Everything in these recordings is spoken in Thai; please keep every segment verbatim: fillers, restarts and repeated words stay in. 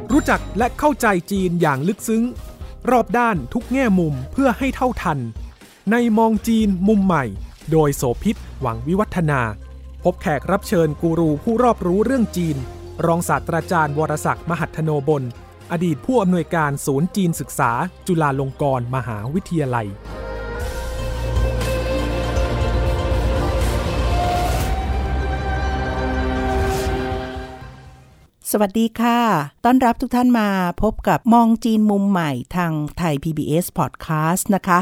รู้จักและเข้าใจจีนอย่างลึกซึ้งรอบด้านทุกแง่มุมเพื่อให้เท่าทันในมองจีนมุมใหม่โดยโสภิตหวังวิวัฒนาพบแขกรับเชิญกูรูผู้รอบรู้เรื่องจีนรองศาสตราจารย์วรศักดิ์มหัทโนบลอดีตผู้อำนวยการศูนย์จีนศึกษาจุฬาลงกรณ์มหาวิทยาลัยสวัสดีค่ะต้อนรับทุกท่านมาพบกับมองจีนมุมใหม่ทางไทย พี บี เอส Podcast นะคะ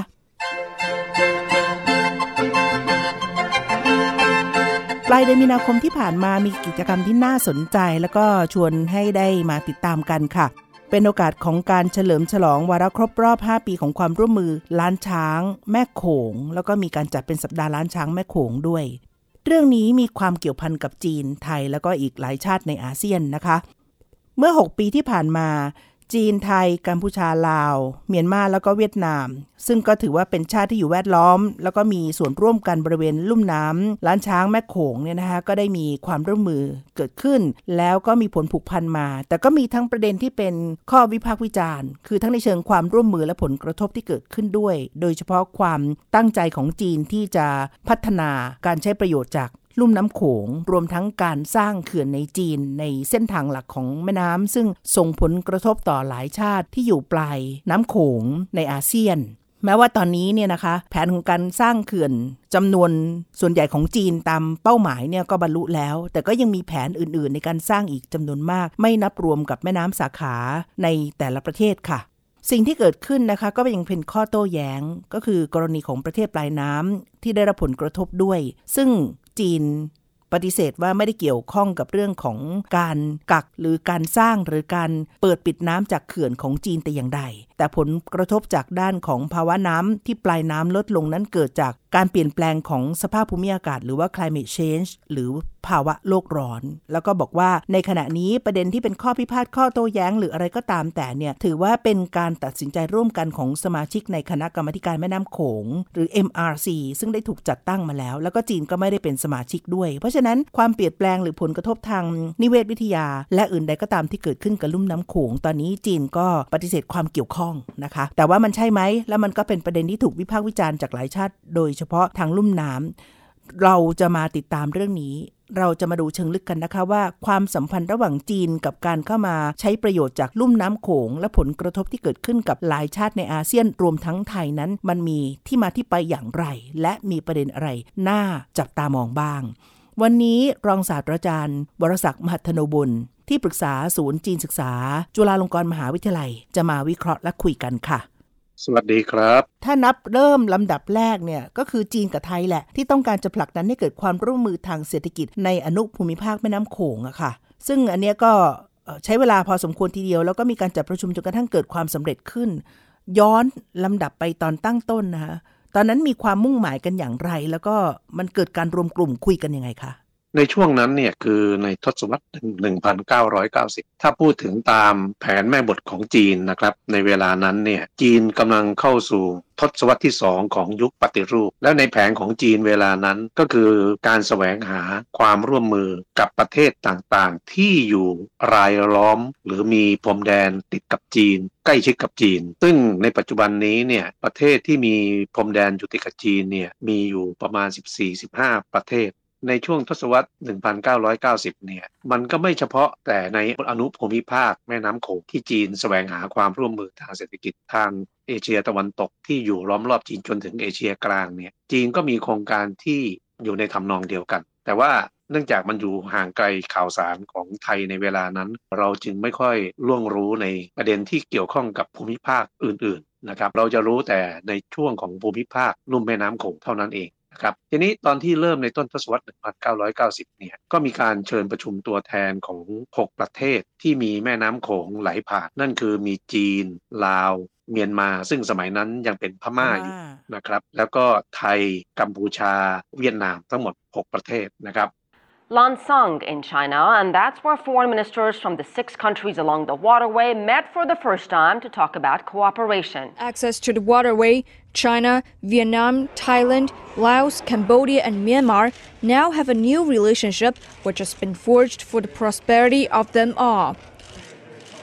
ปลายเดือนมีนาคมที่ผ่านมามีกิจกรรมที่น่าสนใจแล้วก็ชวนให้ได้มาติดตามกันค่ะเป็นโอกาสของการเฉลิมฉลองวาระครบรอบห้าปีของความร่วมมือล้านช้างแม่โขงแล้วก็มีการจัดเป็นสัปดาห์ล้านช้างแม่โขงด้วยเรื่องนี้มีความเกี่ยวพันกับจีนไทยแล้วก็อีกหลายชาติในอาเซียนนะคะเมื่อหกปีที่ผ่านมาจีนไทยกัมพูชาลาวเมียนมาแล้วก็เวียดนามซึ่งก็ถือว่าเป็นชาติที่อยู่แวดล้อมแล้วก็มีส่วนร่วมกันบริเวณลุ่มน้ำล้านช้างแม่โขงเนี่ยนะคะก็ได้มีความร่วมมือเกิดขึ้นแล้วก็มีผลผูกพันมาแต่ก็มีทั้งประเด็นที่เป็นข้อวิพากษ์วิจารณ์คือทั้งในเชิงความร่วมมือและผลกระทบที่เกิดขึ้นด้วยโดยเฉพาะความตั้งใจของจีนที่จะพัฒนาการใช้ประโยชน์จากลุ่มน้ำโขงรวมทั้งการสร้างเขื่อนในจีนในเส้นทางหลักของแม่น้ำซึ่งส่งผลกระทบต่อหลายชาติที่อยู่ปลายน้ำโขงในอาเซียนแม้ว่าตอนนี้เนี่ยนะคะแผนของการสร้างเขื่อนจำนวนส่วนใหญ่ของจีนตามเป้าหมายเนี่ยก็บรรลุแล้วแต่ก็ยังมีแผนอื่นๆในการสร้างอีกจำนวนมากไม่นับรวมกับแม่น้ำสาขาในแต่ละประเทศค่ะสิ่งที่เกิดขึ้นนะคะก็ยังเป็นข้อโต้แย้งก็คือกรณีของประเทศปลายน้ำที่ได้รับผลกระทบด้วยซึ่งจีนปฏิเสธว่าไม่ได้เกี่ยวข้องกับเรื่องของการกักหรือการสร้างหรือการเปิดปิดน้ำจากเขื่อนของจีนแต่อย่างใดแต่ผลกระทบจากด้านของภาวะน้ำที่ปลายน้ำลดลงนั้นเกิดจากการเปลี่ยนแปลงของสภาพภูมิอากาศหรือว่า climate change หรือภาวะโลกร้อนแล้วก็บอกว่าในขณะนี้ประเด็นที่เป็นข้อพิพาทข้อโต้แย้งหรืออะไรก็ตามแต่เนี่ยถือว่าเป็นการตัดสินใจร่วมกันของสมาชิกในคณะกรรมาการแม่น้ำโขงหรือ เอ็ม อาร์ ซี ซึ่งได้ถูกจัดตั้งมาแล้วแล้วก็จีนก็ไม่ได้เป็นสมาชิกด้วยเพราะฉะนั้นความเปลี่ยนแปลงหรือผลกระทบทางนิเวศวิทยาและอื่นใดก็ตามที่เกิดขึ้นกับลุ่มน้ำโขงตอนนี้จีนก็ปฏิเสธความเกี่ยวข้องนะคะแต่ว่ามันใช่ไหมแล้วมันก็เป็นประเด็นที่ถูกวิพากษ์วิจารณ์จากหลายชาติโดยเฉพาะทางลุ่มน้ำเราจะมาติดตามเรื่องนี้เราจะมาดูเชิงลึกกันนะคะว่าความสัมพันธ์ระหว่างจีนกับการเข้ามาใช้ประโยชน์จากลุ่มน้ำโขงและผลกระทบที่เกิดขึ้นกับหลายชาติในอาเซียนรวมทั้งไทยนั้นมันมีที่มาที่ไปอย่างไรและมีประเด็นอะไรน่าจับตามองบ้างวันนี้รองศาสตราจารย์วรศักดิ์มหัทโนบลที่ปรึกษาศูนย์จีนศึกษาจุฬาลงกรณ์มหาวิทยาลัยจะมาวิเคราะห์และคุยกันค่ะสวัสดีครับถ้านับเริ่มลำดับแรกเนี่ยก็คือจีนกับไทยแหละที่ต้องการจะผลักดันให้เกิดความร่วมมือทางเศรษฐกิจในอนุภูมิภาคแม่น้ำโขงอะค่ะซึ่งอันเนี้ยก็ใช้เวลาพอสมควรทีเดียวแล้วก็มีการจัดประชุมจนกระทั่งเกิดความสำเร็จขึ้นย้อนลำดับไปตอนตั้งต้นนะคะตอนนั้นมีความมุ่งหมายกันอย่างไรแล้วก็มันเกิดการรวมกลุ่มคุยกันยังไงคะในช่วงนั้นเนี่ยคือในทศวรรษหนึ่งพันเก้าร้อยเก้าสิบถ้าพูดถึงตามแผนแม่บทของจีนนะครับในเวลานั้นเนี่ยจีนกำลังเข้าสู่ทศวรรษที่สองของยุคปฏิรูปแล้วในแผนของจีนเวลานั้นก็คือการแสวงหาความร่วมมือกับประเทศต่างๆที่อยู่รายล้อมหรือมีพรมแดนติดกับจีนใกล้ชิดกับจีนซึ่งในปัจจุบันนี้เนี่ยประเทศที่มีพรมแดนอยู่ติดกับจีนเนี่ยมีอยู่ประมาณ สิบสี่ถึงสิบห้า ประเทศในช่วงทศวรรษหนึ่งพันเก้าร้อยเก้าสิบเนี่ยมันก็ไม่เฉพาะแต่ในอนุภูมิภาคแม่น้ำโขงที่จีนแสวงหาความร่วมมือทางเศรษฐกิจทางเอเชียตะวันตกที่อยู่ล้อมรอบจีนจนถึงเอเชียกลางเนี่ยจีนก็มีโครงการที่อยู่ในทำนองเดียวกันแต่ว่าเนื่องจากมันอยู่ห่างไกลข่าวสารของไทยในเวลานั้นเราจึงไม่ค่อยล่วงรู้ในประเด็นที่เกี่ยวข้องกับภูมิภาคอื่นๆนะครับเราจะรู้แต่ในช่วงของภูมิภาคลุ่มแม่น้ำโขงเท่านั้นเองครับทีนี้ตอนที่เริ่มในต้นทศวรรษหนึ่งพันเก้าร้อยเก้าสิบเนี่ยก็มีการเชิญประชุมตัวแทนของหกประเทศที่มีแม่น้ำโขงไหลผ่านนั่นคือมีจีนลาวเมียนมาซึ่งสมัยนั้นยังเป็นพม่าอยู่นะครับแล้วก็ไทยกัมพูชาเวียดนามทั้งหมดหกประเทศนะครับ Lansang in China, and that's where foreign ministers from the six countries along the waterway met for the first time to talk about cooperation. Access to the waterway, China, Vietnam, Thailand, Laos, Cambodia, and Myanmar now have a new relationship which has been forged for the prosperity of them all.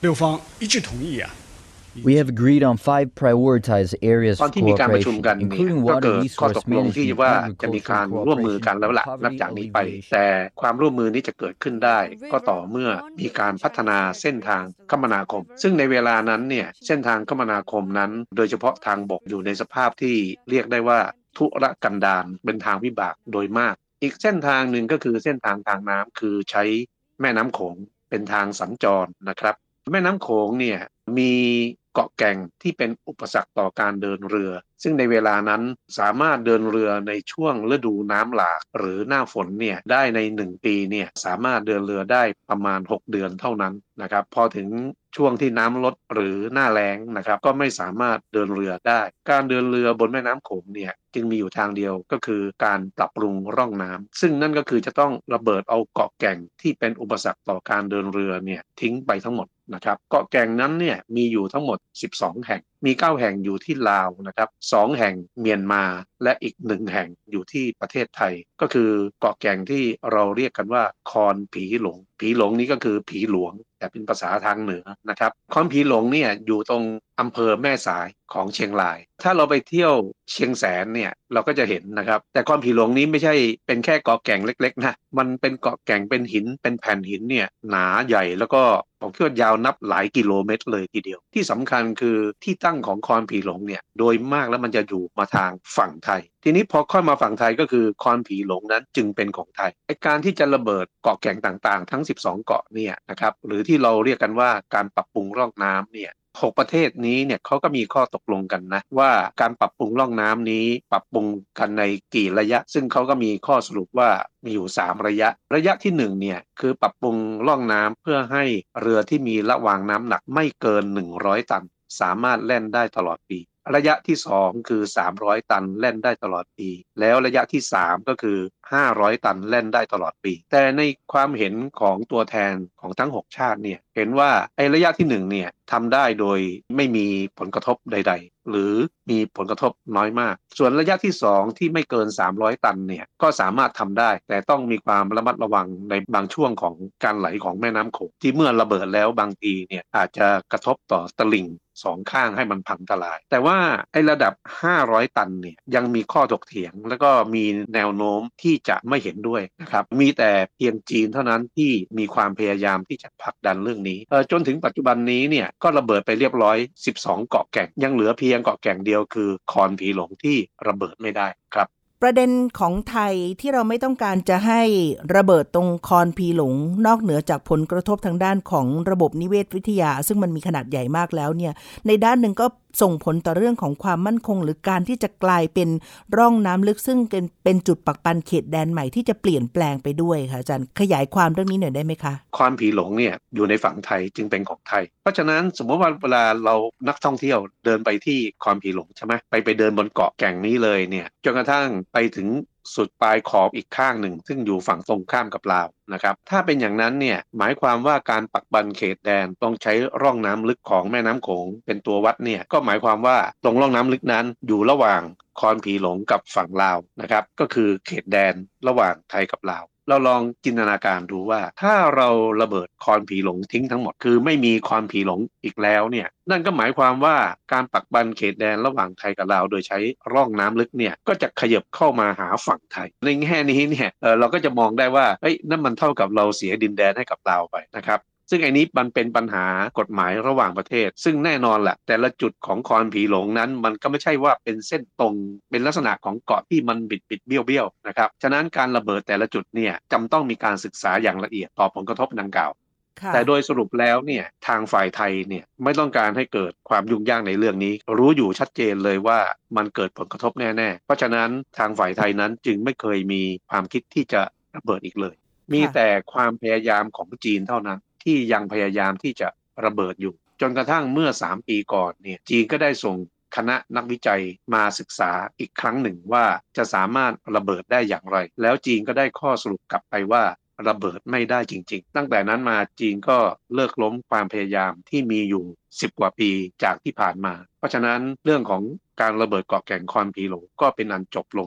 六方一致同意啊。 We have agreed on five prioritized areas ตอน of ที่มีการประชุม cooperation, กันเนี่ย including ก็ water เกิดข้อต resource กลงที่ management, ว่าจะมีการ agricultural ร่วมมือกัน cooperation, แล้วละ and นับ poverty จากนี้ไป alleviation. แต่ความร่วมมือนี้จะเกิดขึ้นได้ ก็ต่อเมื่อมีการพัฒนาเส้นทางคมนาคม ซึ่งในเวลานั้นเนี่ยเส้นทางคมนาคมนั้นโดยเฉพาะทางบกอยู่ในสภาพที่เรียกได้ว่าทุรกันดารเป็นทางวิบากโดยมากอีกเส้นทางหนึ่งก็คือเส้นทางทางน้ำคือใช้แม่น้ำโขงเป็นทางสัญจรนะครับแม่น้ำโขงเนี่ยมีเกาะแก่งที่เป็นอุปสรรคต่อการเดินเรือซึ่งในเวลานั้นสามารถเดินเรือในช่วงฤดูน้ำหลากหรือหน้าฝนเนี่ยได้ในหนึ่งปีเนี่ยสามารถเดินเรือได้ประมาณหกเดือนเท่านั้นนะครับพอถึงช่วงที่น้ำลดหรือหน้าแล้งนะครับก็ไม่สามารถเดินเรือได้การเดินเรือบนแม่น้ำโขงเนี่ยจึงมีอยู่ทางเดียวก็คือการปรับปรุงร่องน้ำซึ่งนั่นก็คือจะต้องระเบิดเอาเกาะแก่งที่เป็นอุปสรรคต่อการเดินเรือเนี่ยทิ้งไปทั้งหมดนะครับเกาะแก่งนั้นเนี่ยมีอยู่ทั้งหมดสิบสองแห่งมีเก้าแห่งอยู่ที่ลาวนะครับสองแห่งเมียนมาและอีกหนึ่งแห่งอยู่ที่ประเทศไทยก็คือเกาะแก่งที่เราเรียกกันว่าคอนผีหลงผีหลงนี้ก็คือผีหลวงแต่เป็นภาษาทางเหนือนะครับคอนผีหลงเนี่ยอยู่ตรงอำเภอแม่สายของเชียงรายถ้าเราไปเที่ยวเชียงแสนเนี่ยเราก็จะเห็นนะครับแต่คอนผีหลงนี้ไม่ใช่เป็นแค่เกาะแก่งเล็กๆนะมันเป็นเกาะแก่งเป็นหินเป็นแผ่นหินเนี่ยหนาใหญ่แล้วก็ผมคิดว่ายาวนับหลายกิโลเมตรเลยทีเดียวที่สำคัญคือที่ตั้งของคอนผีหลงเนี่ยโดยมากแล้วมันจะอยู่มาทางฝั่งไทยทีนี้พอค่อยมาฝั่งไทยก็คือคอนผีหลงนั้นจึงเป็นของไทยไอ้การที่จะระเบิดเกาะแก่งต่างๆทั้งสิบสองเกาะเนี่ยนะครับหรือที่เราเรียกกันว่าการปรับปรุงร่องน้ำเนี่ยหกประเทศนี้เนี่ยเขาก็มีข้อตกลงกันนะว่าการปรับปรุงร่องน้ำนี้ปรับปรุงกันในกี่ระยะซึ่งเขาก็มีข้อสรุปว่ามีอยู่สามระยะระยะที่หนึ่งเนี่ยคือปรับปรุงร่องน้ำเพื่อให้เรือที่มีระวางน้ำหนักไม่เกินหนึ่งร้อยตันสามารถแล่นได้ตลอดปีระยะที่สองคือสามร้อยตันแล่นได้ตลอดปีแล้วระยะที่สามก็คือห้าร้อยตันแล่นได้ตลอดปีแต่ในความเห็นของตัวแทนของทั้งหกชาติเนี่ยเห็นว่าไอ้ระยะที่หนึ่งเนี่ยทำได้โดยไม่มีผลกระทบใดๆหรือมีผลกระทบน้อยมากส่วนระยะที่สองที่ไม่เกินสามร้อยตันเนี่ยก็สามารถทำได้แต่ต้องมีความระมัดระวังในบางช่วงของการไหลของแม่น้ำโขงที่เมื่อระเบิดแล้วบางทีเนี่ยอาจจะกระทบต่อตลิ่งสองข้างให้มันพังทลายแต่ว่าไอ้ระดับห้าร้อยตันเนี่ยยังมีข้อถกเถียงแล้วก็มีแนวโน้มที่จะไม่เห็นด้วยนะครับมีแต่เพียงจีนเท่านั้นที่มีความพยายามที่จะผลักดันเรื่องนี้จนถึงปัจจุบันนี้เนี่ยก็ระเบิดไปเรียบร้อยสิบสองเกาะแก่งยังเหลือเพียงเกาะแก่งเดียวคือคอนผีหลงที่ระเบิดไม่ได้ครับประเด็นของไทยที่เราไม่ต้องการจะให้ระเบิดตรงคอนผีหลงนอกเหนือจากผลกระทบทางด้านของระบบนิเวศวิทยาซึ่งมันมีขนาดใหญ่มากแล้วเนี่ยในด้านหนึ่งก็ส่งผลต่อเรื่องของความมั่นคงหรือการที่จะกลายเป็นร่องน้ำลึกซึ่งเป็นเป็นจุดปักปันเขตแดนใหม่ที่จะเปลี่ยนแปลงไปด้วยค่ะอาจารย์ขยายความเรื่องนี้หน่อยได้ไหมคะคอนผีหลงเนี่ยอยู่ในฝั่งไทยจึงเป็นของไทยเพราะฉะนั้นสมมติว่าเวลาเรานักท่องเที่ยวเดินไปที่คอนผีหลงใช่ไหมไปไปเดินบนเกาะแก่งนี้เลยเนี่ยจนกระทั่งไปถึงสุดปลายขอบอีกข้างหนึ่งซึ่งอยู่ฝั่งตรงข้ามกับลาวนะครับถ้าเป็นอย่างนั้นเนี่ยหมายความว่าการปักบันเขตแดนต้องใช้ร่องน้ำลึกของแม่น้ำโขงเป็นตัววัดเนี่ยก็หมายความว่าตรงร่องน้ำลึกนั้นอยู่ระหว่างคอนผีหลงกับฝั่งลาวนะครับก็คือเขตแดนระหว่างไทยกับลาวเราลองจินตนาการดูว่าถ้าเราระเบิดคอนผีหลงทิ้งทั้งหมดคือไม่มีคอนผีหลงอีกแล้วเนี่ยนั่นก็หมายความว่าการปักบันเขตแดนระหว่างไทยกับลาวโดยใช้ร่องน้ำลึกเนี่ยก็จะขยับเข้ามาหาฝั่งไทยในแง่นี้เนี่ย เอ่อ เราก็จะมองได้ว่าเอ้ยนั่นมันเท่ากับเราเสียดินแดนให้กับลาวไปนะครับซึ่งไอ้นี้มันเป็นปัญหากฎหมายระหว่างประเทศซึ่งแน่นอนแหละแต่ละจุดของคอนผีหลงนั้นมันก็ไม่ใช่ว่าเป็นเส้นตรงเป็นลักษณะของเกาะที่มันบิดบิดเบี้ยวเบี้ยวนะครับฉะนั้นการระเบิดแต่ละจุดเนี่ยจำต้องมีการศึกษาอย่างละเอียดต่อผลกระทบดังกล่าวแต่โดยสรุปแล้วเนี่ยทางฝ่ายไทยเนี่ยไม่ต้องการให้เกิดความยุ่งยากในเรื่องนี้รู้อยู่ชัดเจนเลยว่ามันเกิดผลกระทบแน่ๆเพราะฉะนั้นทางฝ่ายไทยนั้นจึงไม่เคยมีความคิดที่จะระเบิดอีกเลยมีแต่ความพยายามของจีนเท่านั้นที่ยังพยายามที่จะระเบิดอยู่จนกระทั่งเมื่อสามปีก่อนเนี่ยจีนก็ได้ส่งคณะนักวิจัยมาศึกษาอีกครั้งหนึ่งว่าจะสามารถระเบิดได้อย่างไรแล้วจีนก็ได้ข้อสรุปกลับไปว่าระเบิดไม่ได้จริงๆตั้งแต่นั้นมาจีนก็เลิกล้มความพยายามที่มีอยู่สิบกว่าปีจากที่ผ่านมาเพราะฉะนั้นเรื่องของการระเบิดเกาะแก่งคอนผีหลงก็เป็นอันจบลงไป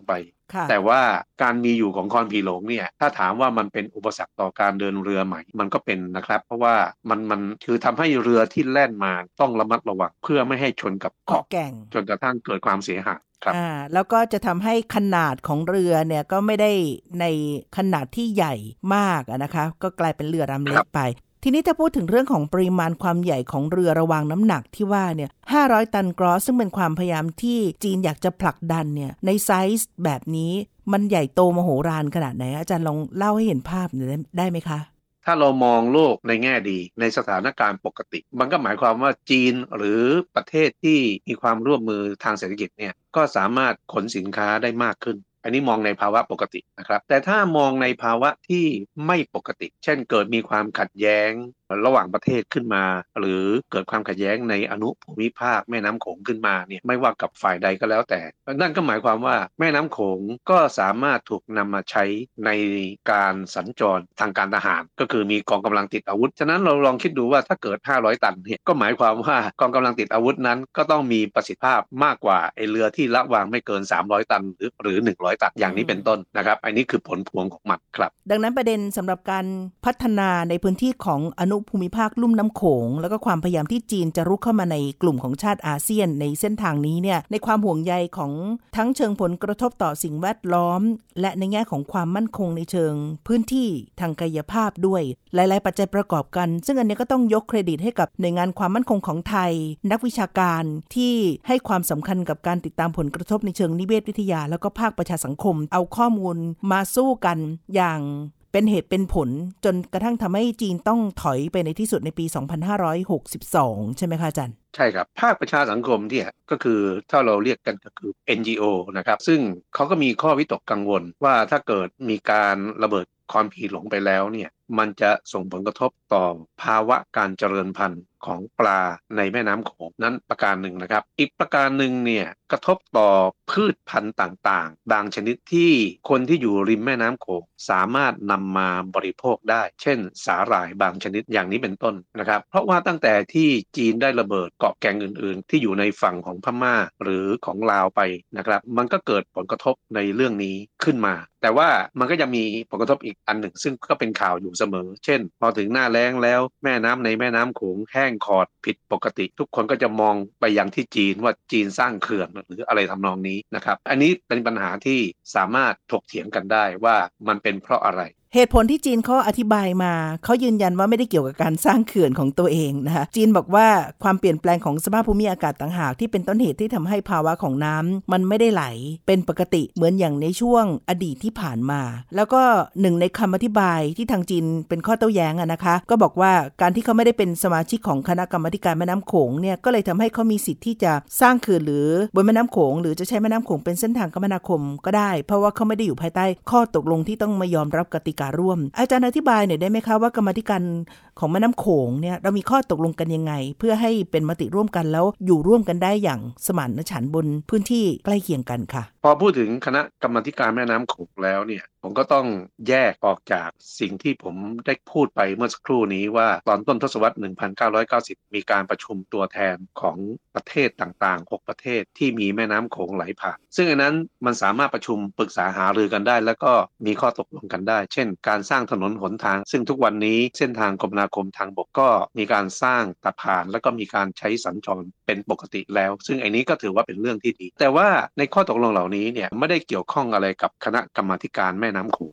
แต่ว่าการมีอยู่ของคลองผีหลงเนี่ยถ้าถามว่ามันเป็นอุปสรรคต่อการเดินเรือไหมมันก็เป็นนะครับเพราะว่ามันมันคือทำให้เรือที่แล่นมาต้องระมัดระวังเพื่อไม่ให้ชนกับเกาะแก่งจนกระทั่งเกิดความเสียหายครับอ่าแล้วก็จะทำให้ขนาดของเรือเนี่ยก็ไม่ได้ในขนาดที่ใหญ่มากนะคะก็กลายเป็นเรือลำเล็กไปทีนี้ถ้าพูดถึงเรื่องของปริมาณความใหญ่ของเรือระวางน้ำหนักที่ว่าเนี่ยห้าร้อยตันกรอสซึ่งเป็นความพยายามที่จีนอยากจะผลักดันเนี่ยในไซส์แบบนี้มันใหญ่โตมโหฬารขนาดไหนอาจารย์ลองเล่าให้เห็นภาพหน่อยได้ไหมคะถ้าเรามองโลกในแง่ดีในสถานการณ์ปกติมันก็หมายความว่าจีนหรือประเทศที่มีความร่วมมือทางเศรษฐกิจเนี่ยก็สามารถขนสินค้าได้มากขึ้นอันนี้มองในภาวะปกตินะครับแต่ถ้ามองในภาวะที่ไม่ปกติเช่นเกิดมีความขัดแย้งระหว่างประเทศขึ้นมาหรือเกิดความขัดแย้งในอนุภูมิภาคแม่น้ำโขงขึ้นมาเนี่ยไม่ว่ากับฝ่ายใดก็แล้วแต่นั่นก็หมายความว่าแม่น้ำโขงก็สามารถถูกนำมาใช้ในการสัญจรทางการทหารก็คือมีกองกำลังติดอาวุธฉะนั้นเราลองคิดดูว่าถ้าเกิดห้าร้อยตันเนี่ยก็หมายความว่ากองกำลังติดอาวุธนั้นก็ต้องมีประสิทธิภาพมากกว่าไอ้เรือที่ละวางไม่เกินสามร้อยตันหรือหรือหนึ่งร้อยตันอย่างนี้เป็นต้นนะครับอันนี้คือผลพวงของมันครับดังนั้นประเด็นสำหรับการพัฒนาในพื้นที่ของอนุภูมิภาคลุ่มน้ำโขงแล้วก็ความพยายามที่จีนจะรุกเข้ามาในกลุ่มของชาติอาเซียนในเส้นทางนี้เนี่ยในความห่วงใยของทั้งเชิงผลกระทบต่อสิ่งแวดล้อมและในแง่ของความมั่นคงในเชิงพื้นที่ทางกายภาพด้วยหลายๆปัจจัยประกอบกันซึ่งอันนี้ก็ต้องยกเครดิตให้กับหน่วยงานความมั่นคงของไทยนักวิชาการที่ให้ความสำคัญกับการติดตามผลกระทบในเชิงนิเวศวิทยาแล้วก็ภาคประชาสังคมเอาข้อมูลมาสู้กันอย่างเป็นเหตุเป็นผลจนกระทั่งทำให้จีนต้องถอยไปในที่สุดในปีสองพันห้าร้อยหกสิบสองใช่ไหมคะอาจารย์ใช่ครับภาคประชาสังคมเนี่ยก็คือถ้าเราเรียกกันก็คือ เอ็น จี โอ นะครับซึ่งเขาก็มีข้อวิตกกังวลว่าถ้าเกิดมีการระเบิดคลองผีหลงไปแล้วเนี่ยมันจะส่งผลกระทบต่อภาวะการเจริญพันธุ์ของปลาในแม่น้ำโขงนั้นประการหนึ่งนะครับอีกประการหนึ่งเนี่ยกระทบต่อพืชพันธุ์ต่างๆบางชนิดที่คนที่อยู่ริมแม่น้ำโขงสามารถนำมาบริโภคได้เช่นสาหร่ายบางชนิดอย่างนี้เป็นต้นนะครับเพราะว่าตั้งแต่ที่จีนได้ระเบิดเกาะแก่งอื่นๆที่อยู่ในฝั่งของพม่าหรือของลาวไปนะครับมันก็เกิดผลกระทบในเรื่องนี้ขึ้นมาแต่ว่ามันก็ยังมีผลกระทบอีกอันหนึ่งซึ่งก็เป็นข่าวอยู่เสมอเช่นพอถึงหน้าแล้งแล้วแม่น้ำในแม่น้ำโขงแห้งขอดผิดปกติทุกคนก็จะมองไปยังที่จีนว่าจีนสร้างเขื่อนหรืออะไรทำนองนี้นะครับอันนี้เป็นปัญหาที่สามารถถกเถียงกันได้ว่ามันเป็นเพราะอะไรเหตุผลที่จีนเขาอธิบายมาเขายืนยันว่าไม่ได้เกี่ยวกับการสร้างเขื่อนของตัวเองนะคะจีนบอกว่าความเปลี่ยนแปลงของสภาพภูมิอากาศต่างหากที่เป็นต้นเหตุที่ทำให้ภาวะของน้ำมันไม่ได้ไหลเป็นปกติเหมือนอย่างในช่วงอดีตที่ผ่านมาแล้วก็หนึ่งในคำอธิบายที่ทางจีนเป็นข้อโต้แย้งอะนะคะก็บอกว่าการที่เขาไม่ได้เป็นสมาชิกของคณะกรรมาธิการแม่น้ำโขงเนี่ยก็เลยทำให้เขามีสิทธิ์ที่จะสร้างเขื่อนหรือบนแม่น้ำโขงหรือจะใช้แม่น้ำโขงเป็นเส้นทางคมนาคมก็ได้เพราะว่าเขาไม่ได้อยู่ภายใต้ข้อตกลงที่ต้องมายอมรับกติการ่วมอาจารย์อธิบายหน่อยได้ไหมคะว่ากรรมาธิการของแม่น้ำโขงเนี่ยเรามีข้อตกลงกันยังไงเพื่อให้เป็นมติร่วมกันแล้วอยู่ร่วมกันได้อย่างสมานฉันท์บนพื้นที่ใกล้เคียงกันค่ะพอพูดถึงคณะกรรมาธิการแม่น้ำโขงแล้วเนี่ยผมก็ต้องแยกออกจากสิ่งที่ผมได้พูดไปเมื่อสักครู่นี้ว่าตอนต้นทศวรรษหนึ่งพันเก้าร้อยเก้าสิบมีการประชุมตัวแทนของประเทศต่างๆหกประเทศที่มีแม่น้ำโขงไหลผ่านซึ่งอันนั้นมันสามารถประชุมปรึกษาหารือกันได้แล้วก็มีข้อตกลงกันได้เช่นการสร้างถนนหนทางซึ่งทุกวันนี้เส้นทางคมนาคมทางบกก็มีการสร้างสะพานแล้วก็มีการใช้สัญจรเป็นปกติแล้วซึ่งอันนี้ก็ถือว่าเป็นเรื่องที่ดีแต่ว่าในข้อตกลงเหล่านี้เนี่ยไม่ได้เกี่ยวข้องอะไรกับคณะกรรมาธิการแม่น้ำโขง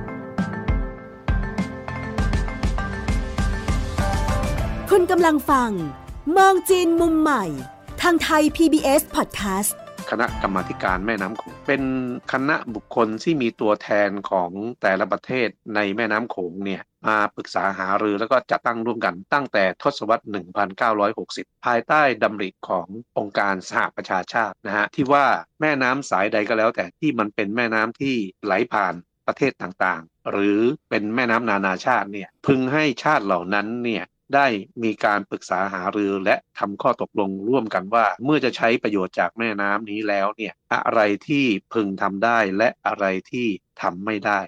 คุณกำลังฟังมองจีนมุมใหม่ทางไทย พี บี เอส Podcast คณะกรรมาธิการแม่น้ำโขงเป็นคณะบุคคลที่มีตัวแทนของแต่ละประเทศในแม่น้ำโขงเนี่ยมาปรึกษาหารือแล้วก็จัดตั้งร่วมกันตั้งแต่ทศวรรษหนึ่งพันเก้าร้อยหกสิบภายใต้ดำริขององค์การสหประชาชาตินะฮะที่ว่าแม่น้ำสายใดก็แล้วแต่ที่มันเป็นแม่น้ำที่ไหลผ่านประเทศต่างๆหรือเป็นแม่น้ำนานาชาติเนี่ยพึงให้ชาติเหล่านั้นเนี่ยได้มีการปรึกษาหารือและทำข้อตกลงร่วมกันว่าเมื่อจะใช้ประโยชน์จากแม่น้ำนี้แล้วเนี่ยอะไรที่พึงทำได้และอะไรที่ทำไม่ได้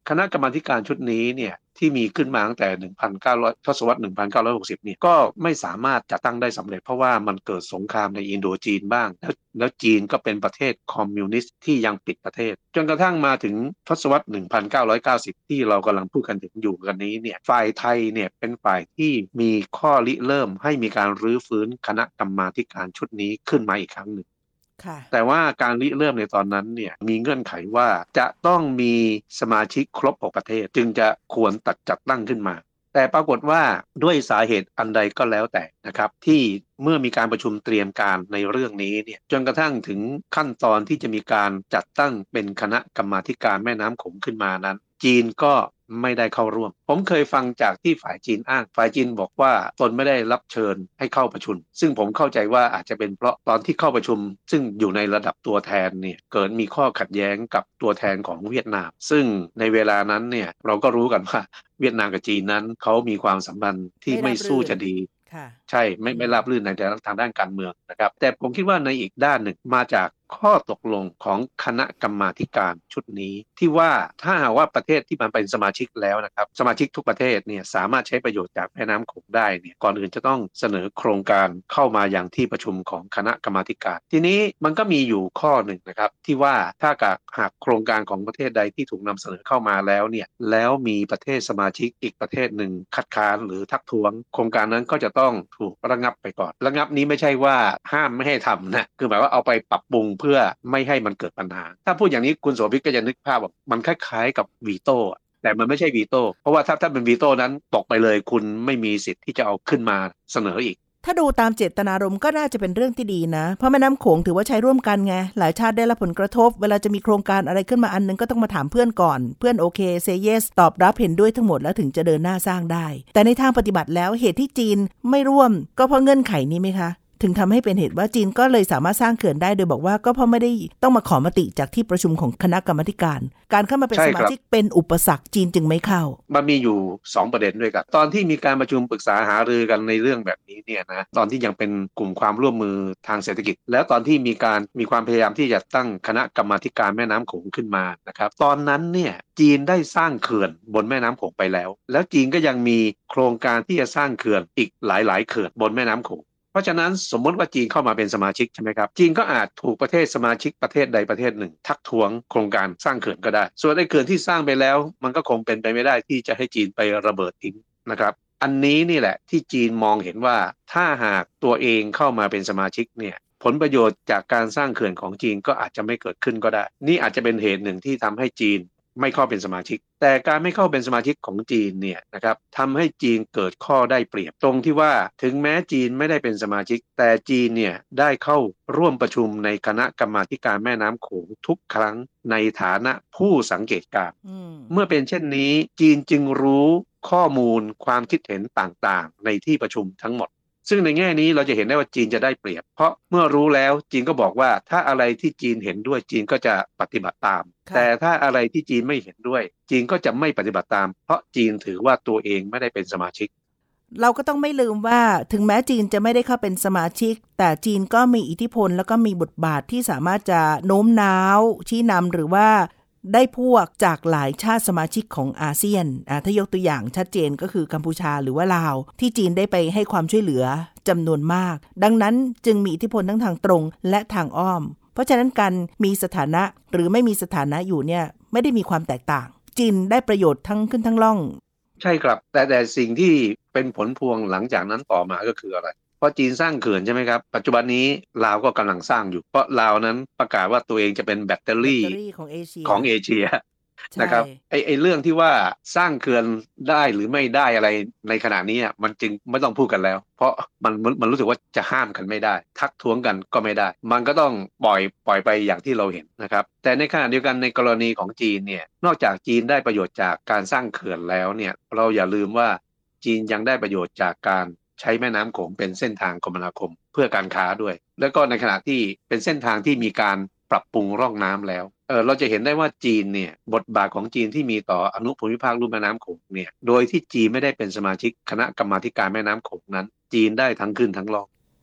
คณะกรรมาธิการชุดนี้เนี่ยที่มีขึ้นมาตั้งแต่หนึ่งพันเก้าร้อยทศวรรษหนึ่งพันเก้าร้อยหกสิบเนี่ยก็ไม่สามารถจัดตั้งได้สำเร็จเพราะว่ามันเกิดสงครามในอินโดจีนบ้างแล้วแล้วจีนก็เป็นประเทศคอมมิวนิสต์ที่ยังปิดประเทศจนกระทั่งมาถึงทศวรรษหนึ่งพันเก้าร้อยเก้าสิบที่เรากำลังพูดกันถึงอยู่กันนี้เนี่ยฝ่ายไทยเนี่ยเป็นฝ่ายที่มีข้อริเริ่มให้มีการรื้อฟื้นคณะกรรมาธิการชุดนี้ขึ้นมาอีกครั้งหนึ่งแต่ว่าการริเริ่มในตอนนั้นเนี่ยมีเงื่อนไขว่าจะต้องมีสมาชิกครบหกประเทศจึงจะควรตัดจัดตั้งขึ้นมาแต่ปรากฏว่าด้วยสาเหตุอันใดก็แล้วแต่นะครับที่เมื่อมีการประชุมเตรียมการในเรื่องนี้เนี่ยจนกระทั่งถึงขั้นตอนที่จะมีการจัดตั้งเป็นคณะกรรมาธิการแม่น้ำโขงขึ้นมานั้นจีนก็ไม่ได้เข้าร่วมผมเคยฟังจากที่ฝ่ายจีนอ้างฝ่ายจีนบอกว่าตนไม่ได้รับเชิญให้เข้าประชุมซึ่งผมเข้าใจว่าอาจจะเป็นเพราะตอนที่เข้าประชุมซึ่งอยู่ในระดับตัวแทนเนี่ยเกิดมีข้อขัดแย้งกับตัวแทนของเวียดนามซึ่งในเวลานั้นเนี่ยเราก็รู้กันว่าเวียดนามกับจีนนั้นเขามีความสัมพันธ์ที่ไม่สู้จะดีใช่ไม่ไม่ราบรื่นในทางด้านการเมืองนะครับแต่ผมคิดว่าในอีกด้านหนึ่งมาจากข้อตกลงของคณะกรรมาธิการชุดนี้ที่ว่าถ้าหากว่าประเทศที่มันเป็นสมาชิกแล้วนะครับสมาชิกทุกประเทศเนี่ยสามารถใช้ประโยชน์จากแม่น้ำโขงได้เนี่ยก่อนอื่นจะต้องเสนอโครงการเข้ามาอย่างที่ประชุมของคณะกรรมาธิการทีนี้มันก็มีอยู่ข้อหนึ่งนะครับที่ว่าถ้าหากโครงการของประเทศใดที่ถูกนำเสนอเข้ามาแล้วเนี่ยแล้วมีประเทศสมาชิกอีกประเทศหนึ่งคัดค้านหรือทักท้วงโครงการนั้นก็จะต้องถูกระงับไปก่อนระงับนี้ไม่ใช่ว่าห้ามไม่ให้ทำนะคือหมายว่าเอาไปปรับปรุงเพื่อไม่ให้มันเกิดปัญหาถ้าพูดอย่างนี้คุณโสภิตก็จะนึกภาพว่ามันคล้ายๆกับวีโต้แต่มันไม่ใช่วีโต้เพราะว่าถ้าถ้าเป็นวีโต้นั้นตกไปเลยคุณไม่มีสิทธิ์ที่จะเอาขึ้นมาเสนออีกถ้าดูตามเจตนารมณ์ก็น่าจะเป็นเรื่องที่ดีนะเพราะแม่น้ำโขงถือว่าใช้ร่วมกันไงหลายชาติได้รับผลกระทบเวลาจะมีโครงการอะไรขึ้นมาอันนึงก็ต้องมาถามเพื่อนก่อนเพื่อนโอเคเซเยสตอบรับเห็นด้วยทั้งหมดแล้วถึงจะเดินหน้าสร้างได้แต่ในทางปฏิบัติแล้วเหตุที่จีนไม่ร่วมก็เพราะเงื่อนไขนี้ไหมคะถึงทำให้เป็นเหตุว่าจีนก็เลยสามารถสร้างเขื่อนได้โดยบอกว่าก็เพราะไม่ได้ต้องมาขอมติจากที่ประชุมของคณะกรรมาธิการการเข้ามาเป็นสมาชิกเป็นอุปสรรคจีนจึงไม่เข้ามันมีอยู่สองประเด็นด้วยกันตอนที่มีการประชุมปรึกษาหารือกันในเรื่องแบบนี้เนี่ยนะตอนที่ยังเป็นกลุ่มความร่วมมือทางเศรษฐกิจแล้วตอนที่มีการมีความพยายามที่จะตั้งคณะกรรมาธิการแม่น้ำโขงขึ้นมานะครับตอนนั้นเนี่ยจีนได้สร้างเขื่อนบนแม่น้ำโขงไปแล้วแล้วจีนก็ยังมีโครงการที่จะสร้างเขื่อนอีกหลายๆเขื่อนบนแม่น้ำโขงเพราะฉะนั้นสมมติว่าจีนเข้ามาเป็นสมาชิกใช่ไหมครับจีนก็อาจถูกประเทศสมาชิกประเทศใดประเทศหนึ่งทักท้วงโครงการสร้างเขื่อนก็ได้ส่วนไอ้เขื่อนที่สร้างไปแล้วมันก็คงเป็นไปไม่ได้ที่จะให้จีนไประเบิดทิ้งนะครับอันนี้นี่แหละที่จีนมองเห็นว่าถ้าหากตัวเองเข้ามาเป็นสมาชิกเนี่ยผลประโยชน์จากการสร้างเขื่อนของจีนก็อาจจะไม่เกิดขึ้นก็ได้นี่อาจจะเป็นเหตุหนึ่งที่ทำให้จีนไม่เข้าเป็นสมาชิกแต่การไม่เข้าเป็นสมาชิกของจีนเนี่ยนะครับทำให้จีนเกิดข้อได้เปรียบตรงที่ว่าถึงแม้จีนไม่ได้เป็นสมาชิกแต่จีนเนี่ยได้เข้าร่วมประชุมในคณะกรรมาธิการแม่น้ำโขงทุกครั้งในฐานะผู้สังเกตการณ์เมื่อเป็นเช่นนี้จีนจึงรู้ข้อมูลความคิดเห็นต่างๆในที่ประชุมทั้งหมดซึ่งในแง่นี้เราจะเห็นได้ว่าจีนจะได้เปรียบเพราะเมื่อรู้แล้วจีนก็บอกว่าถ้าอะไรที่จีนเห็นด้วยจีนก็จะปฏิบัติตามแต่ถ้าอะไรที่จีนไม่เห็นด้วยจีนก็จะไม่ปฏิบัติตามเพราะจีนถือว่าตัวเองไม่ได้เป็นสมาชิกเราก็ต้องไม่ลืมว่าถึงแม้จีนจะไม่ได้เข้าเป็นสมาชิกแต่จีนก็มีอิทธิพลแล้วก็มีบทบาทที่สามารถจะโน้มน้าวชี้นำหรือว่าได้พวกจากหลายชาติสมาชิกของอาเซียนอ่าถ้ายกตัวอย่างชัดเจนก็คือกัมพูชาหรือว่าลาวที่จีนได้ไปให้ความช่วยเหลือจำนวนมากดังนั้นจึงมีอิทธิพลทั้งทางตรงและทางอ้อมเพราะฉะนั้นการมีสถานะหรือไม่มีสถานะอยู่เนี่ยไม่ได้มีความแตกต่างจีนได้ประโยชน์ทั้งขึ้นทั้งล่องใช่ครับแต่แต่สิ่งที่เป็นผลพวงหลังจากนั้นต่อมาก็คืออะไรเพราะจีนสร้างเขื่อนใช่ไหมครับปัจจุบันนี้ลาวก็กำลังสร้างอยู่เพราะลาวนั้นประกาศว่าตัวเองจะเป็นแบตเตอรี่ของเอเชียของเอเชียนะครับไอ้ไอ้เรื่องที่ว่าสร้างเขื่อนได้หรือไม่ได้อะไรในขณะนี้มันจึงไม่ต้องพูดกันแล้วเพราะมันมันรู้สึกว่าจะห้ามกันไม่ได้ทักท้วงกันก็ไม่ได้มันก็ต้องปล่อยปล่อยไปอย่างที่เราเห็นนะครับแต่ในขณะเดียวกันในกรณีของจีนเนี่ยนอกจากจีนได้ประโยชน์จากการสร้างเขื่อนแล้วเนี่ยเราอย่าลืมว่าจีนยังได้ประโยชน์จากการใช้แม่น้ำโขงเป็นเส้นทางคมนาคมเพื่อการค้าด้วยแล้วก็ในขณะที่เป็นเส้นทางที่มีการปรับปรุงร่องน้ำแล้วเออเราจะเห็นได้ว่าจีนเนี่ยบทบาทของจีนที่มีต่ออนุภูมิภาคลุ่มแม่น้ำโขงเนี่ยโดยที่จีนไม่ได้เป็นสมาชิกคณะกรรมาธิการแม่น้ำโขงนั้นจีนได้ทั้งขึ้นทั้งล่อง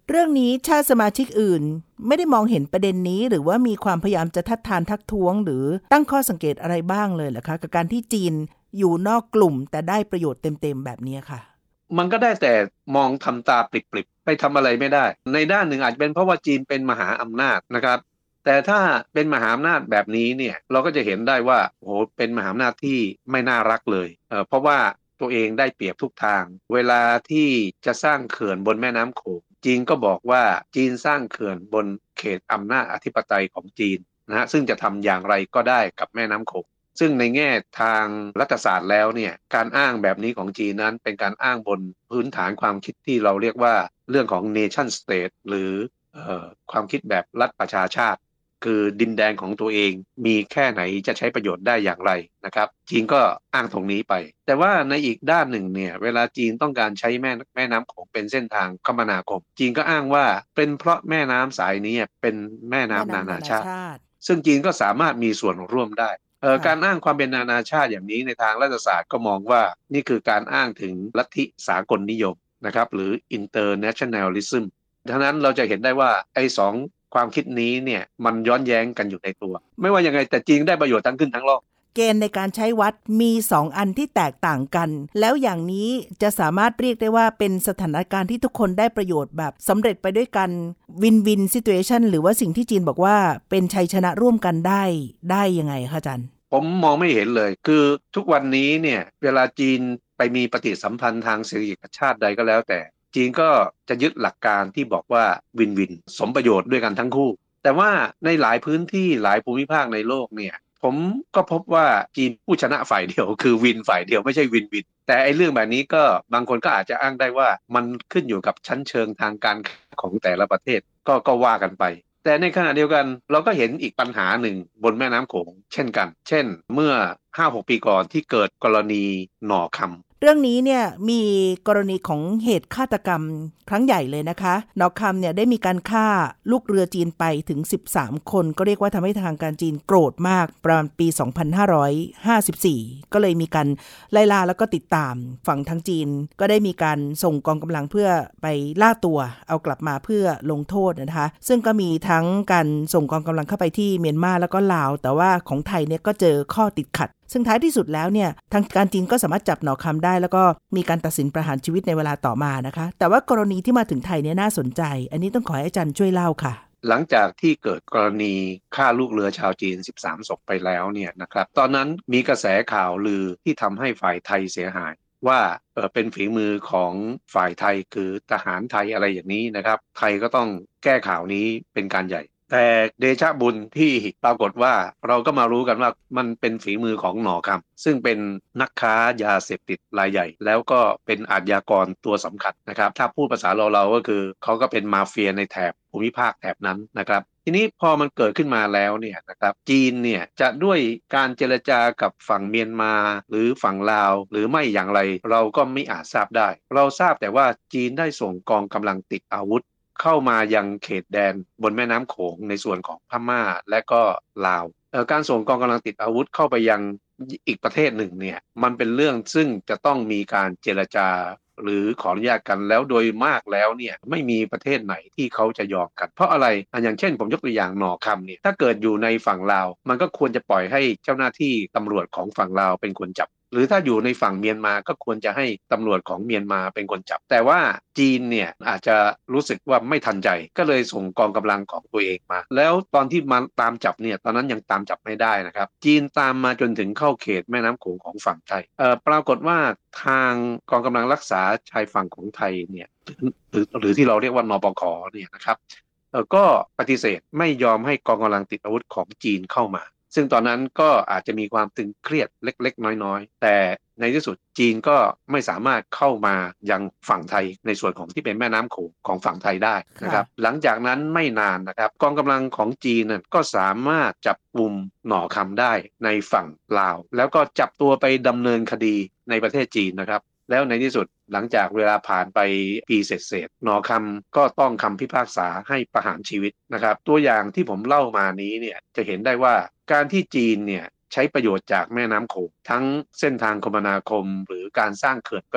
เรื่องนี้ชาติสมาชิกอื่นไม่ได้มองเห็นประเด็นนี้หรือว่ามีความพยายามจะทัดทานทักท้วงหรือตั้งข้อสังเกตอะไรบ้างเลยเหรอคะกับการที่จีนอยู่นอกกลุ่มแต่ได้ประโยชน์เต็มๆแบบนี้ค่ะมันก็ได้แต่มองทำตาปริบๆไปทำอะไรไม่ได้ในด้านหนึ่งอาจจะเป็นเพราะว่าจีนเป็นมหาอำนาจนะครับแต่ถ้าเป็นมหาอำนาจแบบนี้เนี่ยเราก็จะเห็นได้ว่าโอ้โหเป็นมหาอำนาจที่ไม่น่ารักเลยเอ่อเพราะว่าตัวเองได้เปรียบทุกทางเวลาที่จะสร้างเขื่อนบนแม่น้ำโขงจีนก็บอกว่าจีนสร้างเขื่อนบนเขตอำนาจอธิปไตยของจีนนะฮะซึ่งจะทำอย่างไรก็ได้กับแม่น้ำโขงซึ่งในแง่ทางรัฐศาสตร์แล้วเนี่ยการอ้างแบบนี้ของจีนนั้นเป็นการอ้างบนพื้นฐานความคิดที่เราเรียกว่าเรื่องของ nation state หรือเอ่อความคิดแบบรัฐประชาชาติคือดินแดนของตัวเองมีแค่ไหนจะใช้ประโยชน์ได้อย่างไรนะครับจีนก็อ้างตรงนี้ไปแต่ว่าในอีกด้านหนึ่งเนี่ยเวลาจีนต้องการใช้แม่แม่น้ำโขงเป็นเส้นทางคมนาคมจีนก็อ้างว่าเป็นเพราะแม่น้ำสายนี้เป็นแม่น้ำนานาชาติซึ่งจีนก็สามารถมีส่วนร่วมได้เอ่อการอ้างความเป็นนานาชาติอย่างนี้ในทางรัฐศาสตร์ก็มองว่านี่คือการอ้างถึงลัทธิสากลนิยมนะครับหรือ internationalism ดังนั้นเราจะเห็นได้ว่าไอ้สองความคิดนี้เนี่ยมันย้อนแย้งกันอยู่ในตัวไม่ว่ายังไงแต่จีนได้ประโยชน์ทั้งขึ้นทั้งล่องเกณฑ์ในการใช้วัดมีสองอันที่แตกต่างกันแล้วอย่างนี้จะสามารถเรียกได้ว่าเป็นสถานการณ์ที่ทุกคนได้ประโยชน์แบบสำเร็จไปด้วยกันวินวินซิทูเอชันหรือว่าสิ่งที่จีนบอกว่าเป็นชัยชนะร่วมกันได้ได้ยังไงคะอาจารย์ผมมองไม่เห็นเลยคือทุกวันนี้เนี่ยเวลาจีนไปมีปฏิสัมพันธ์ทางเศรษฐกิจกับชาติใดก็แล้วแต่จีนก็จะยึดหลักการที่บอกว่าวินวินสมประโยชน์ด้วยกันทั้งคู่แต่ว่าในหลายพื้นที่หลายภูมิภาคในโลกเนี่ยผมก็พบว่าจีนผู้ชนะฝ่ายเดียวคือวินฝ่ายเดียวไม่ใช่วินวินแต่ไอ้เรื่องแบบนี้ก็บางคนก็อาจจะอ้างได้ว่ามันขึ้นอยู่กับชั้นเชิงทางการของแต่ละประเทศก็ก็ว่ากันไปแต่ในขณะเดียวกันเราก็เห็นอีกปัญหาหนึ่งบนแม่น้ำโขงเช่นกันเช่นเมื่อ ห้าหก ปีก่อนที่เกิดกรณีหน่อคำเรื่องนี้เนี่ยมีกรณีของเหตุฆาตกรรมครั้งใหญ่เลยนะคะหน่อคำเนี่ยได้มีการฆ่าลูกเรือจีนไปถึงสิบสามคนก็เรียกว่าทำให้ทางการจีนโกรธมากประมาณปีสองพันห้าร้อยห้าสิบสี่ก็เลยมีการไล่ล่าแล้วก็ติดตามฝั่งทางจีนก็ได้มีการส่งกองกำลังเพื่อไปล่าตัวเอากลับมาเพื่อลงโทษนะคะซึ่งก็มีทั้งการส่งกองกำลังเข้าไปที่เมียนมาแล้วก็ลาวแต่ว่าของไทยเนี่ยก็เจอข้อติดขัดซึ่งท้ายที่สุดแล้วเนี่ยทางการจีนก็สามารถจับหน่อคำได้แล้วก็มีการตัดสินประหารชีวิตในเวลาต่อมานะคะแต่ว่ากรณีที่มาถึงไทยเนี่ยน่าสนใจอันนี้ต้องขอให้อาจารย์ช่วยเล่าค่ะหลังจากที่เกิดกรณีฆ่าลูกเรือชาวจีนสิบสามศพไปแล้วเนี่ยนะครับตอนนั้นมีกระแสข่าวลือที่ทำให้ฝ่ายไทยเสียหายว่าเออเป็นฝีมือของฝ่ายไทยคือทหารไทยอะไรอย่างนี้นะครับไทยก็ต้องแก้ข่าวนี้เป็นการใหญ่แต่เดชะบุญที่ปรากฏว่าเราก็มารู้กันว่ามันเป็นฝีมือของหน่อคำซึ่งเป็นนักค้ายาเสพติดรายใหญ่แล้วก็เป็นอาชญากรตัวสำคัญนะครับถ้าพูดภาษาเราเราก็คือเขาก็เป็นมาเฟียในแถบภูมิภาคแถบนั้นนะครับทีนี้พอมันเกิดขึ้นมาแล้วเนี่ยนะครับจีนเนี่ยจะด้วยการเจรจากับฝั่งเมียนมาหรือฝั่งลาวหรือไม่อย่างไรเราก็ไม่อาจทราบได้เราทราบแต่ว่าจีนได้ส่งกองกำลังติดอาวุธเข้ามายังเขตแดนบนแม่น้ำโขงในส่วนของพม่าและก็ลาวการส่งกองกำลังติดอาวุธเข้าไปยังอีกประเทศหนึ่งเนี่ยมันเป็นเรื่องซึ่งจะต้องมีการเจรจาหรือขออนุญาตกันแล้วโดยมากแล้วเนี่ยไม่มีประเทศไหนที่เขาจะยอมกันเพราะอะไรอย่างเช่นผมยกตัวอย่างหน่อคำเนี่ยถ้าเกิดอยู่ในฝั่งลาวมันก็ควรจะปล่อยให้เจ้าหน้าที่ตำรวจของฝั่งลาวเป็นคนจับหรือถ้าอยู่ในฝั่งเมียนมาก็ควรจะให้ตำรวจของเมียนมาเป็นคนจับแต่ว่าจีนเนี่ยอาจจะรู้สึกว่าไม่ทันใจก็เลยส่งกองกำลังของตัวเองมาแล้วตอนที่มาตามจับเนี่ยตอนนั้นยังตามจับไม่ได้นะครับจีนตามมาจนถึงเข้าเขตแม่น้ำโขงของฝั่งไทยเอ่อปรากฏว่าทางกองกำลังรักษาชายฝั่งของไทยเนี่ยหรือหรือที่เราเรียกว่านปก.เนี่ยนะครับเอ่อก็ปฏิเสธไม่ยอมให้กองกำลังติดอาวุธของจีนเข้ามาซึ่งตอนนั้นก็อาจจะมีความตึงเครียดเล็กๆน้อยๆแต่ในที่สุดจีนก็ไม่สามารถเข้ามายังฝั่งไทยในส่วนของที่เป็นแม่น้ำโขงของฝั่งไทยได้นะครับหลังจากนั้นไม่นานนะครับกองกำลังของจีนก็สามารถจับกุมหน่อคำได้ในฝั่งลาวแล้วก็จับตัวไปดำเนินคดีในประเทศจีนนะครับแล้วในที่สุดหลังจากเวลาผ่านไปปีเศษๆหน่อคำก็ต้องคำพิพากษาให้ประหารชีวิตนะครับตัวอย่างที่ผมเล่ามานี้เนี่ยจะเห็นได้ว่าการที่จีนเนี่ยใช้ประโยชน์จากแม่น้ำโขงทั้งเส้นทางคมนาคมหรือการสร้างเขื่อนก็ดี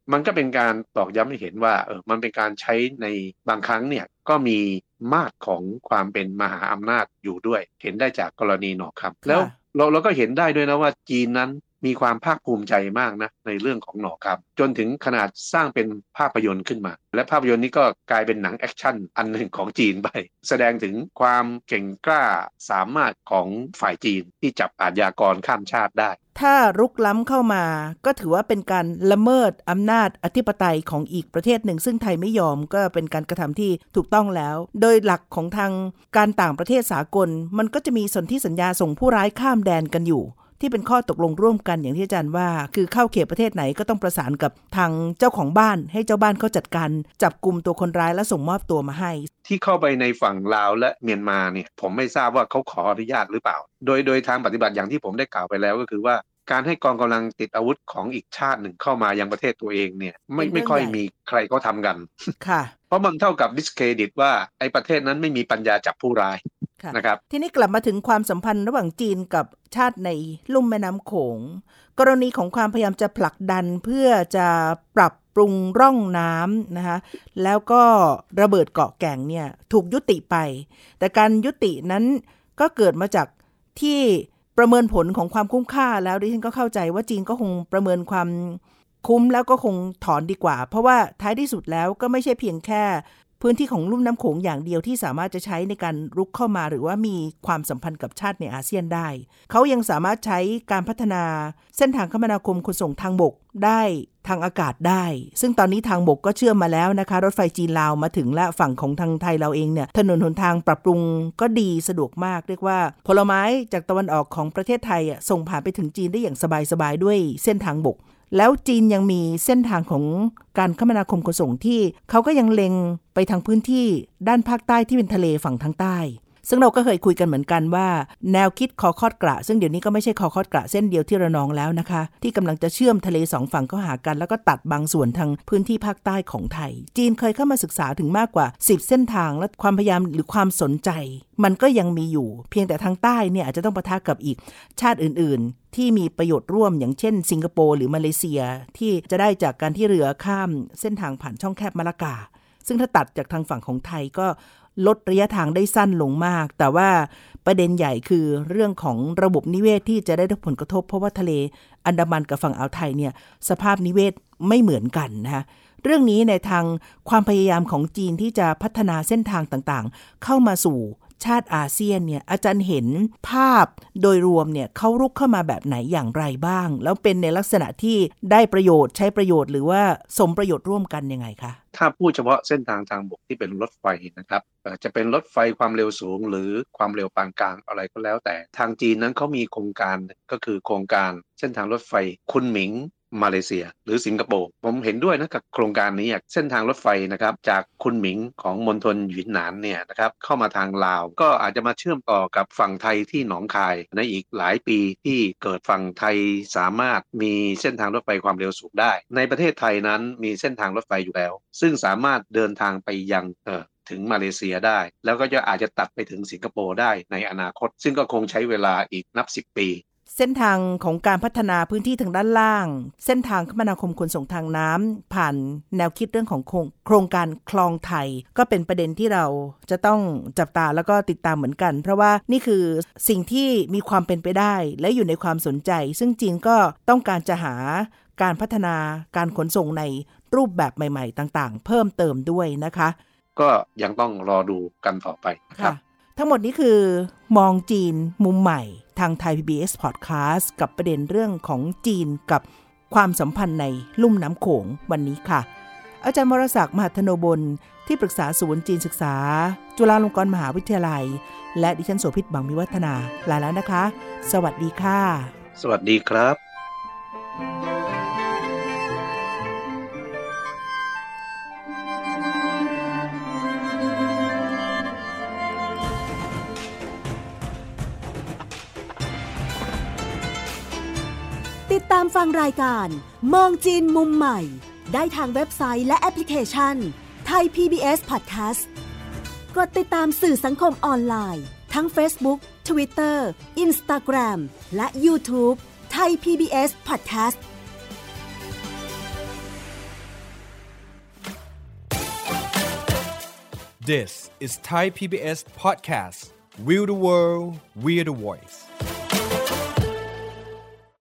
มันก็เป็นการตอกย้ำให้เห็นว่าเออมันเป็นการใช้ในบางครั้งเนี่ยก็มีมาตรของความเป็นมหาอำนาจอยู่ด้วยเห็นได้จากกรณีหนอคำแล้วเราเราก็เห็นได้ด้วยนะว่าจีนนั้นมีความภาคภูมิใจมากนะในเรื่องของหนอคำจนถึงขนาดสร้างเป็นภาพยนตร์ขึ้นมาและภาพยนตร์นี้ก็กลายเป็นหนังแอคชั่นอันหนึ่งของจีนไปแสดงถึงความเก่งกล้าสามารถของฝ่ายจีนที่จับอาชญากรข้ามชาติได้ถ้ารุกล้ำเข้ามาก็ถือว่าเป็นการละเมิดอำนาจอธิปไตยของอีกประเทศหนึ่งซึ่งไทยไม่ยอมก็เป็นการกระทำที่ถูกต้องแล้วโดยหลักของทางการต่างประเทศสากลมันก็จะมีสนธิสัญญาส่งผู้ร้ายข้ามแดนกันอยู่ที่เป็นข้อตกลงร่วมกันอย่างที่อาจารย์ว่าคือเข้าเขตประเทศไหนก็ต้องประสานกับทางเจ้าของบ้านให้เจ้าบ้านเขาจัดการจับกุมตัวคนร้ายและส่งมอบตัวมาให้ที่เข้าไปในฝั่งลาวและเมียนมาเนี่ยผมไม่ทราบว่าเขาขออนุญาตหรือเปล่าโดยโดยทางปฏิบัติอย่างที่ผมได้กล่าวไปแล้วก็คือว่าการให้กองกำลังติดอาวุธของอีกชาติหนึ่งเข้ามายังประเทศตัวเองเนี่ยไม่ไม่ค่อยมีใครเขาทำกันค่ะเพราะมันเท่ากับดิสเครดิตว่าไอ้ประเทศนั้นไม่มีปัญญาจับผู้ร้ายนะครับทีนี้กลับมาถึงความสัมพันธ์ระหว่างจีนกับชาติในลุ่มแม่น้ำโขงกรณีของความพยายามจะผลักดันเพื่อจะปรับปรุงร่องน้ำนะคะแล้วก็ระเบิดเกาะแก่งเนี่ยถูกยุติไปแต่การยุตินั้นก็เกิดมาจากที่ประเมินผลของความคุ้มค่าแล้วดิฉันก็เข้าใจว่าจีนก็คงประเมินความคุ้มแล้วก็คงถอนดีกว่าเพราะว่าท้ายที่สุดแล้วก็ไม่ใช่เพียงแค่พื้นที่ของลุ่มน้ำโขงอย่างเดียวที่สามารถจะใช้ในการรุกเข้ามาหรือว่ามีความสัมพันธ์กับชาติในอาเซียนได้เขายังสามารถใช้การพัฒนาเส้นทางคมนาคมขนส่งทางบกได้ทางอากาศได้ซึ่งตอนนี้ทางบกก็เชื่อมมาแล้วนะคะรถไฟจีนลาวมาถึงและฝั่งของทางไทยเราเองเนี่ยถนนหนทางปรับปรุงก็ดีสะดวกมากเรียกว่าผลไม้จากตะวันออกของประเทศไทยอ่ะส่งผ่านไปถึงจีนได้อย่างสบายๆด้วยเส้นทางบกแล้วจีนยังมีเส้นทางของการคมนาคมขนส่งที่เขาก็ยังเล็งไปทางพื้นที่ด้านภาคใต้ที่เป็นทะเลฝั่งทางใต้ซึ่งเราก็เคยคุยกันเหมือนกันว่าแนวคิดคอคอดกระซึ่งเดี๋ยวนี้ก็ไม่ใช่คอคอดกระเส้นเดียวที่ระนองแล้วนะคะที่กำลังจะเชื่อมทะเลสองฝั่งเข้าหากันแล้วก็ตัดบางส่วนทางพื้นที่ภาคใต้ของไทยจีนเคยเข้ามาศึกษาถึงมากกว่าสิบเส้นทางและความพยายามหรือความสนใจมันก็ยังมีอยู่เพียงแต่ทางใต้เนี่ยอาจจะต้องปะทะกับอีกชาติอื่นๆที่มีประโยชน์ร่วมอย่างเช่นสิงคโปร์หรือมาเลเซียที่จะได้จากการที่เรือข้ามเส้นทางผ่านช่องแคบมะละกาซึ่งถ้าตัดจากทางฝั่งของไทยก็ลดระยะทางได้สั้นลงมากแต่ว่าประเด็นใหญ่คือเรื่องของระบบนิเวศที่จะได้รับผลกระทบเพราะว่าทะเลอันดามันกับฝั่งอ่าวไทยเนี่ยสภาพนิเวศไม่เหมือนกันนะคะเรื่องนี้ในทางความพยายามของจีนที่จะพัฒนาเส้นทางต่างๆเข้ามาสู่ชาติอาเซียนเนี่ยอาจารย์เห็นภาพโดยรวมเนี่ยเขารุกเข้ามาแบบไหนอย่างไรบ้างแล้วเป็นในลักษณะที่ได้ประโยชน์ใช้ประโยชน์หรือว่าสมประโยชน์ร่วมกันยังไงคะถ้าพูดเฉพาะเส้นทางทางบกที่เป็นรถไฟนะครับจะเป็นรถไฟความเร็วสูงหรือความเร็วปานกลางอะไรก็แล้วแต่ทางจีนนั้นเขามีโครงการก็คือโครงการเส้นทางรถไฟคุนหมิงมาเลเซียหรือสิงคโปร์ผมเห็นด้วยนะกับโครงการนี้เส้นทางรถไฟนะครับจากคุนหมิงของมณฑลหยินหนานเนี่ยนะครับเข้ามาทางลาวก็อาจจะมาเชื่อมต่อกับฝั่งไทยที่หนองคายในอีกหลายปีที่เกิดฝั่งไทยสามารถมีเส้นทางรถไฟความเร็วสูงได้ในประเทศไทยนั้นมีเส้นทางรถไฟอยู่แล้วซึ่งสามารถเดินทางไปยังเอ่อถึงมาเลเซียได้แล้วก็จะอาจจะตัดไปถึงสิงคโปร์ได้ในอนาคตซึ่งก็คงใช้เวลาอีกนับสิบปีเส้นทางของการพัฒนาพื้นที่ทางด้านล่างเส้นทางคมนาคมขนส่งทางน้ำผ่านแนวคิดเรื่องของโครงการคลองไทยก็เป็นประเด็นที่เราจะต้องจับตาแล้วก็ติดตามเหมือนกันเพราะว่านี่คือสิ่งที่มีความเป็นไปได้และอยู่ในความสนใจซึ่งจีนก็ต้องการจะหาการพัฒนาการขนส่งในรูปแบบใหม่ๆต่างๆเพิ่มเติมด้วยนะคะก็ยังต้องรอดูกันต่อไปครับทั้งหมดนี้คือมองจีนมุมใหม่ทางไทย พี บี เอส Podcast กับประเด็นเรื่องของจีนกับความสัมพันธ์ในลุ่มน้ำโขงวันนี้ค่ะอาจารย์วรศักดิ์มหัทโนบลที่ปรึกษาศูนย์จีนศึกษาจุฬาลงกรณ์มหาวิทยาลัยและดิฉันโสภิต บังมิวัฒนาลาแล้วนะคะสวัสดีค่ะสวัสดีครับติดตามฟังรายการมองจีนมุมใหม่ได้ทางเว็บไซต์และแอปพลิเคชัน Thai พี บี เอส Podcast กดติดตามสื่อสังคมออนไลน์ทั้ง Facebook, Twitter, Instagram และ YouTube Thai พี บี เอส Podcast This is Thai พี บี เอส Podcast. We the world, we the voice.